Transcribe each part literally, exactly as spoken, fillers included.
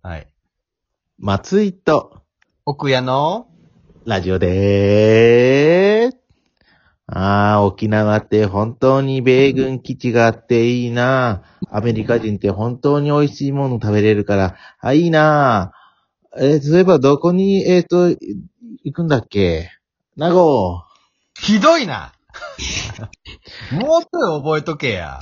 はい。 松井と、 奥屋のラジオでーす。あー、沖縄って本当に米軍基地があっていいな。アメリカ人って本当に美味しいもの食べれるから、あ、いいな。えー、そういえばどこに、えーと、行くんだっけ？名護。 ひどいなもうちょい覚えとけや。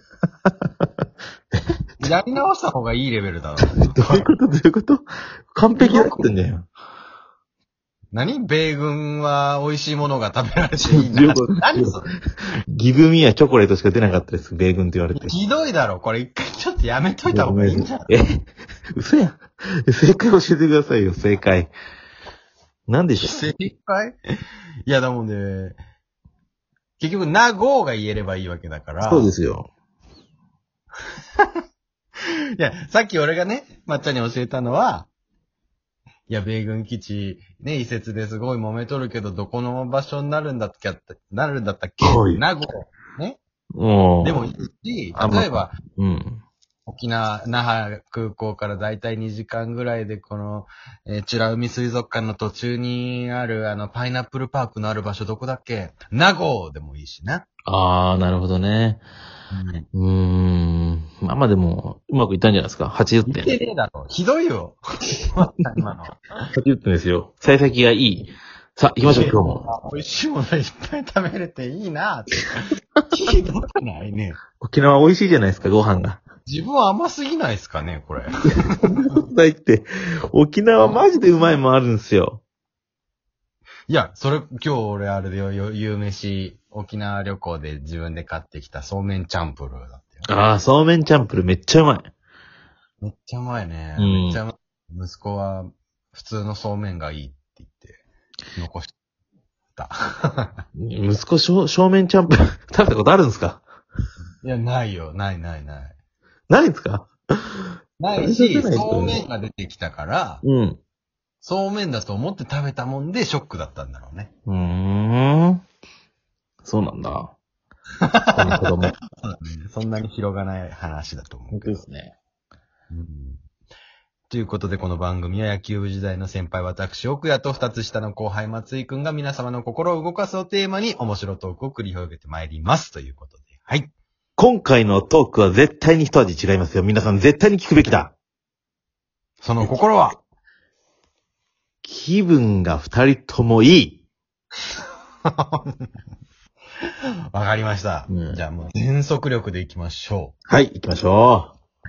やり直した方がいいレベルだろ。 どういうことどういうこと完璧だってんだよ。 何米軍は美味しいものが食べられていいな。何それギブミやチョコレートしか出なかったです。米軍って言われて。 ひどいだろ。これ一回ちょっとやめといた方がいいんじゃない？ え嘘やん。正解教えてくださいよ、正解。なんでしょう？ 正解いや、だもんね、結局、なごが言えればいいわけだから。 そうですよ。 いや、さっき俺がね、まっちゃんに教えたのは、いや、米軍基地、ね、移設ですごい揉めとるけど、どこの場所になるんだっけ、なるんだったっけはい。 名護。ね。 もう。 でもいいし、 あ例えば、 うん。 沖縄、那覇空港からだいたいにじかんぐらいで、この、えー、美ら海水族館の途中にある、あの、パイナップルパークのある場所どこだっけ？名護でもいいしな。 ああ、なるほどね。うーん。まあまあでも、うまくいったんじゃないですか。はちじゅってん。 いけねえだろ。ひどいよ。今の。 はちじゅってんですよ。幸先がいい。さあ、行きましょう、今日も。 美味しいものいっぱい食べれていいなって。ひどくないね。 沖縄美味しいじゃないですか、ご飯が。 自分は甘すぎないですかね、これ。 だって、沖縄マジでうまいもんあるんですよ。 いや、それ、今日俺あれでよ、夕飯、沖縄旅行で自分で買ってきたそうめんチャンプルーだったよ。 ああ、そうめんチャンプルめっちゃうまい。 めっちゃうまいね。 うん、 めっちゃうまい。息子は普通のそうめんがいいって言って残した。 息子しょ、正面チャンプル食べたことあるんですか？ いや、ないよ。ないないない。 ないんですか？ ないし、そうめんが出てきたから、 うん。 そうめんだと思って食べたもんでショックだったんだろうね。 うーん。そうなんだ。この子供。 そんなに広がない話だと思う本けど。 当ですね。 うん、ということで、この番組は野球部時代の先輩私、奥谷と二つ下の後輩松井くんが皆様の心を動かすをテーマに面白トークを繰り広げてまいります。ということで。はい。 今回のトークは絶対に一味違いますよ。皆さん絶対に聞くべきだ。 その心は気分が二人ともいい。 わかりました。 うん、 じゃあもう全速力でいきましょう。はい、行きましょう。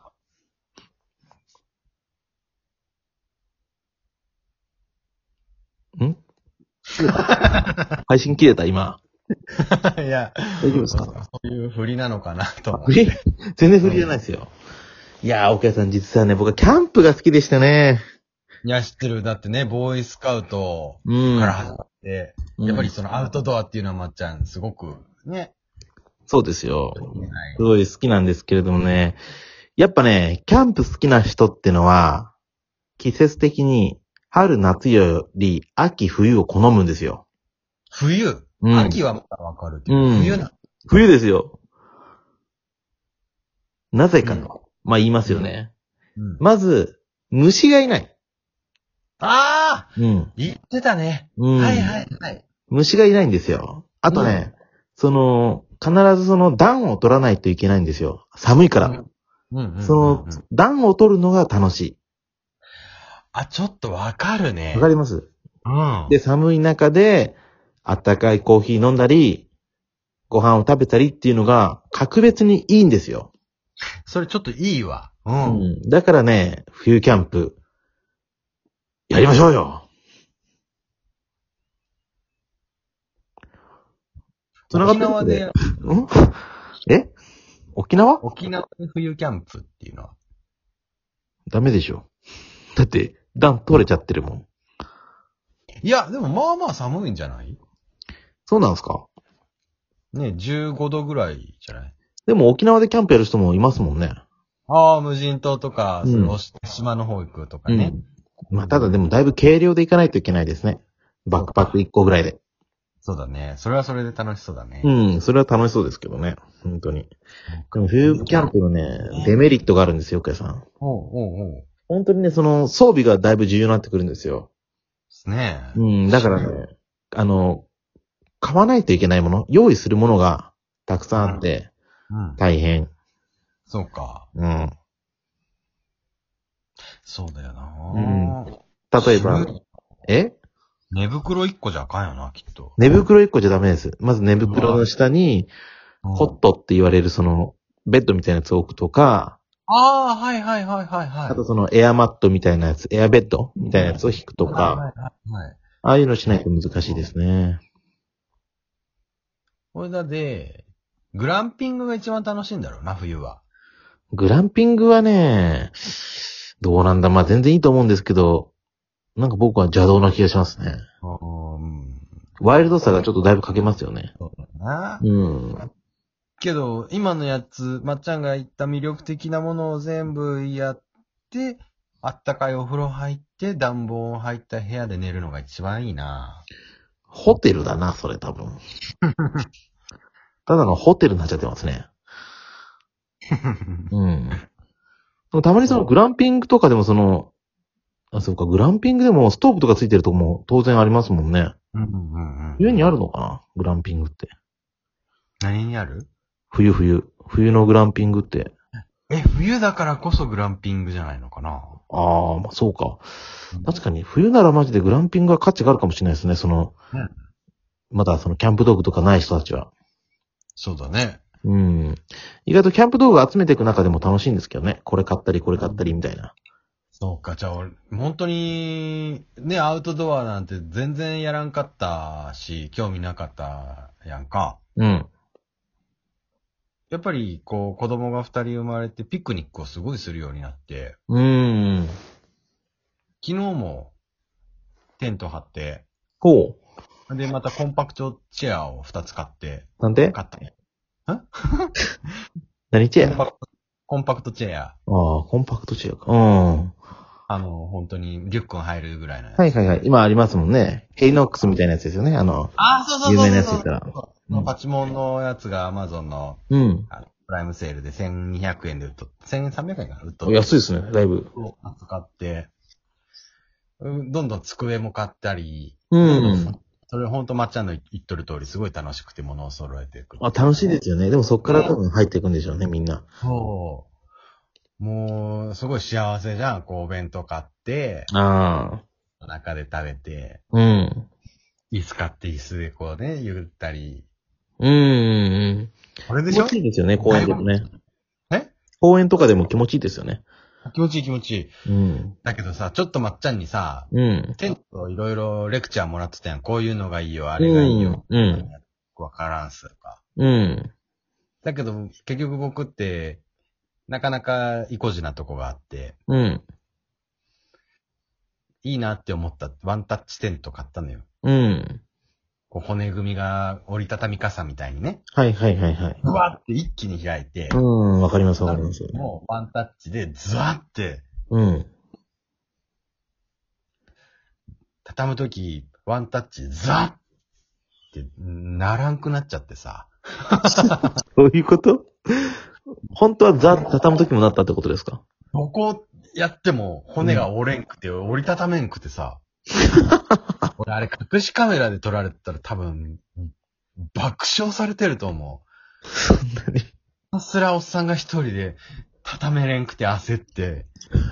はい、ん配信切れた今。 いや、 大丈夫ですか？ そういう振りなのかなと。 振り全然振りじゃないですよ。いやー、奥谷さん実はね、僕はキャンプが好きでしたね。 いや、知ってる。だってね、ボーイスカウトうん。 から始まって、 うん、 やっぱりそのアウトドアっていうのはまっちゃん、すごく、ね。 そうですよ。すごい好きなんですけれどもね。やっぱね、キャンプ好きな人ってのは、季節的に春夏より秋冬を好むんですよ。 冬、 うん、 秋はまだわかるけど、 うん、 冬な。 冬ですよ。なぜかと、うん、まあ言いますよね。うん、まず、虫がいない。 ああ、 うん。 言ってたね。 うん。 はいはいはい。 虫がいないんですよ。あとね、うん、その、必ずその暖を取らないといけないんですよ。寒いから。うんうんうんうん、その、暖を取るのが楽しい。 あ、ちょっとわかるね。 わかります？ うん。 で、寒い中で、あったかいコーヒー飲んだり、ご飯を食べたりっていうのが、格別にいいんですよ。 それちょっといいわ。うん。 うん、だからね、冬キャンプ、やりましょうよ。 沖縄で、 んえ沖縄沖縄で冬キャンプっていうのはダメでしょ。だって、暖取れちゃってるもん。 いや、でもまあまあ寒いんじゃない？ そうなんですか？ ね、じゅうごどぐらいじゃない？ でも沖縄でキャンプやる人もいますもんね。 ああ、無人島とか、うん、その島の方行くとかね。 うん、まあ、ただでもだいぶ軽量で行かないといけないですね。バックパックいっこぐらいで。 そうだね。それはそれで楽しそうだね。 うん、それは楽しそうですけどね。本当に。でも冬キャンプのね、デメリットがあるんですよ、奥谷さん。 おうおうおう。 本当にね、その装備がだいぶ重要になってくるんですよ。 ですね。 うん、だからね、あの、買わないといけないもの、用意するものがたくさんあって、 うん。 大変。 そうか。 うん。 そうだよな。 うん例えば、え寝袋一個じゃあかんよな、きっと。 寝袋一個じゃダメです。まず寝袋の下に、 うんホットって言われるその、ベッドみたいなやつを置くとか、 ああ、はいはいはいはいはい。 あとそのエアマットみたいなやつ、エアベッドみたいなやつを引くとか、 はいはいはいはい。 ああいうのしないと難しいですね。 これだで、グランピングが一番楽しいんだろうな、冬は。 グランピングはね、どうなんだまあ全然いいと思うんですけど、なんか僕は邪道な気がしますね。 うん。 ワイルドさがちょっとだいぶ欠けますよね。 そうだな。 うん。 けど、今のやつ、まっちゃんが言った魅力的なものを全部やって、あったかいお風呂入って、暖房入った部屋で寝るのが一番いいな。 ホテルだな、それ多分。ただのホテルになっちゃってますね。うん。でもたまにそのグランピングとかでもその、あ、そうか、グランピングでもストーブとかついてるとこも当然ありますもんね。 うんうんうん。 冬にあるのかなグランピングって。 何にある？ 冬冬。冬のグランピングって。 え、冬だからこそグランピングじゃないのかな。 ああ、まあそうか。確かに冬ならマジでグランピングは価値があるかもしれないですね。その、 うんまだそのキャンプ道具とかない人たちは。 そうだね。 うん。意外とキャンプ道具集めていく中でも楽しいんですけどね。これ買ったりこれ買ったりみたいな。 そうか、じゃあ俺、本当に、ね、アウトドアなんて全然やらんかったし、興味なかったやんか。 うん。 やっぱり、こう、子供が二人生まれてピクニックをすごいするようになって、 うーん。 昨日もテント張って、 ほう。 で、またコンパクトチェアを二つ買って、 なんで買ったね。 何チェアあコンパクト、コンパクトチェア。 あ、コンパクトチェアか。うん。 あの、本当にリュックに入るぐらいのやつ。 はいはいはい。今ありますもんね。ヘイノックスみたいなやつですよね。あの、 あ、そうそうそうそう。 有名なやつ言ったら。 そうパチモンのやつが Amazon のうん。 あのプライムセールでせんにひゃくえんで売っと、せんさんびゃくえんかな売っとって。 安いですね、だいぶ。 を扱って、うんどんどん机も買ったり、 うん。 それほんとまっちゃんの言っとる通りすごい楽しくて物を揃えていく。 あ、楽しいですよね。でもそっから多分入っていくんでしょうね、みんな。 そう。もう、すごい幸せじゃん。こう、お弁当買って、 ああ。 中で食べて、 うん。 椅子買って椅子でこうね、ゆったり。 うんうん。気これでしょ持ちいいですよね、公園でもね。 え公園とかでも気持ちいいですよね。 気持ちいい気持ちいい。 うん。 だけどさ、ちょっとまっちゃんにさ、 うん。 テントいろいろレクチャーもらってたやん。こういうのがいいよ、あれがいいよ。 うんうんわからんすとか。 うん。 だけど、結局僕って、なかなか意固地なとこがあって、 うん。 いいなって思ったワンタッチテント買ったのよ。 うん。 こう骨組みが折りたたみ傘みたいにね。 はいはいはいはい。 うわって一気に開いて、 うん、わかりますわかります。 もうワンタッチでズワってうん。 畳むとき、ワンタッチでズワってならんくなっちゃってさ。 どういうこと本当はザッ畳む時もなったってことですか？ どこやっても骨が折れんくて、折りたためんくてさ。俺あれ隠しカメラで撮られてたら多分、爆笑されてると思う。 そんなに。 ひたすらおっさんが一人で畳めれんくて焦って。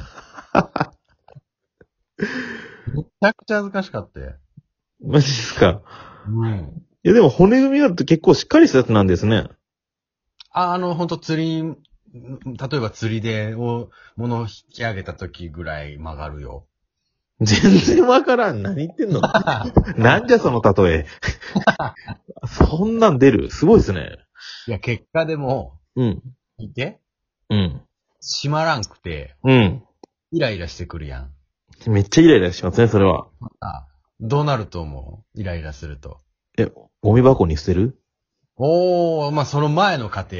めちゃくちゃ恥ずかしかったよ。 マジですか？ うん。 いやでも骨組みだと結構しっかりしたやつなんですね。 あ、あの、ほんと釣り、例えば釣りで、お、物を引き上げた時ぐらい曲がるよ。 全然わからん。何言ってんのなんじゃその例え。そんなん出るすごいですね。 いや、結果でも、 うん。 見て、 うん。 閉まらんくて、 うん。 イライラしてくるやん。 めっちゃイライラしますね、それは。 あ、どうなると思う？イライラすると。 え、ゴミ箱に捨てる？ おー、まあ、その前の過程、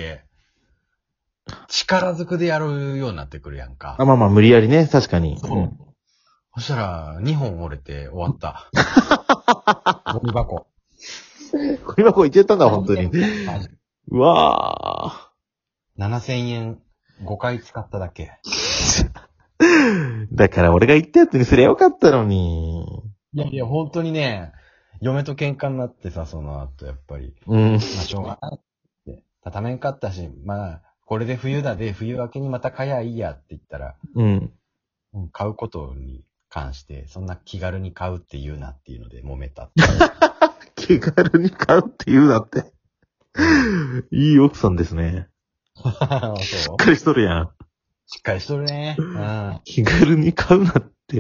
力ずくでやるようになってくるやんか。 あ、まあまあ、無理やりね、確かに。 そううん。 そしたら、にほん折れて終わった。ゴミ箱。 ゴミ箱行っちゃったんだ、本当に。 マジうわななせんえん、ごかい使っただけ。 だから俺が言ったやつにすりゃよかったのに。 いやいや、本当にね、嫁と喧嘩になってさ、その後、やっぱり。 うん。 まあ、しょうがないって。畳めんかったし、まあ、これで冬だで、冬明けにまた買やいいやって言ったら、 うん。 うん、買うことに関して、そんな気軽に買うって言うなっていうので揉めたって。 気軽に買うって言うなって。いい奥さんですね。 そうしっかりしとるやん。 しっかりしとるね。うん。 気軽に買うなって、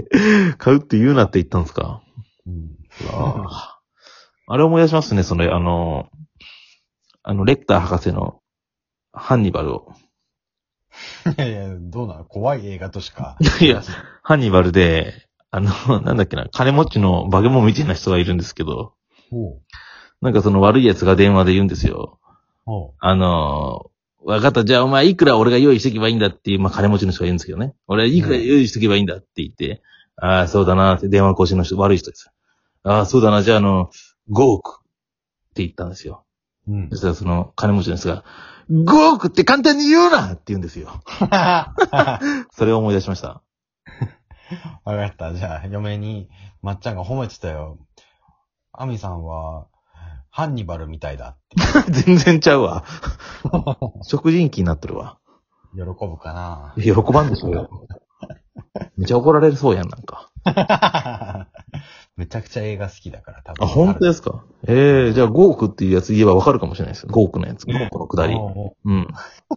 買うって言うなって言ったんですか。 うんああれ思い出しますね、その、あの、あの、レクター博士のハンニバルを。 いやいや、どうなの怖い映画としか。 いや、ハンニバルで、あの、なんだっけな、金持ちの化け物みたいな人がいるんですけど、 ほう。 なんかその悪い奴が電話で言うんですよ。 ほあの、わかった、じゃあお前いくら俺が用意しとけばいいんだっていう、まあ金持ちの人が言うんですけどね。俺いくら用意しとけばいいんだって言って、ああ、そうだなって電話越しの人、悪い人です。ああ、そうだな、じゃああの、ごおくって言ったんですよ。 う。うんそ。したらその金持ちの人が、ごおくって簡単に言うなって言うんですよ。それを思い出しました。 わかった。じゃあ、嫁に、まっちゃんが褒めてたよ。アミさんは、ハンニバルみたいだって。 全然ちゃうわ。食人鬼になってるわ。 喜ぶかな。 喜ばんでしょよ。めっちゃ怒られるそうやん、なんか。 めちゃくちゃ映画好きだから、多分。 あ、本当ですか？ええー、じゃあごおくっていうやつ言えばわかるかもしれないですよ。ごおくのやつ。ごおくのくだり。うん。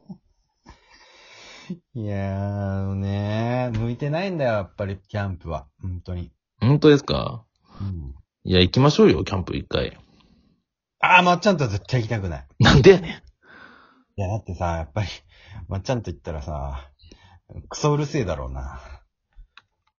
いやーねー、向いてないんだよ、やっぱり、キャンプは。本当に。 本当ですか？ うん。 いや、行きましょうよ、キャンプ一回。 あー、まっちゃんとは絶対行きたくない。 なんでやねいや、だってさ、やっぱり、まっちゃんと言ったらさ、クソうるせえだろうな。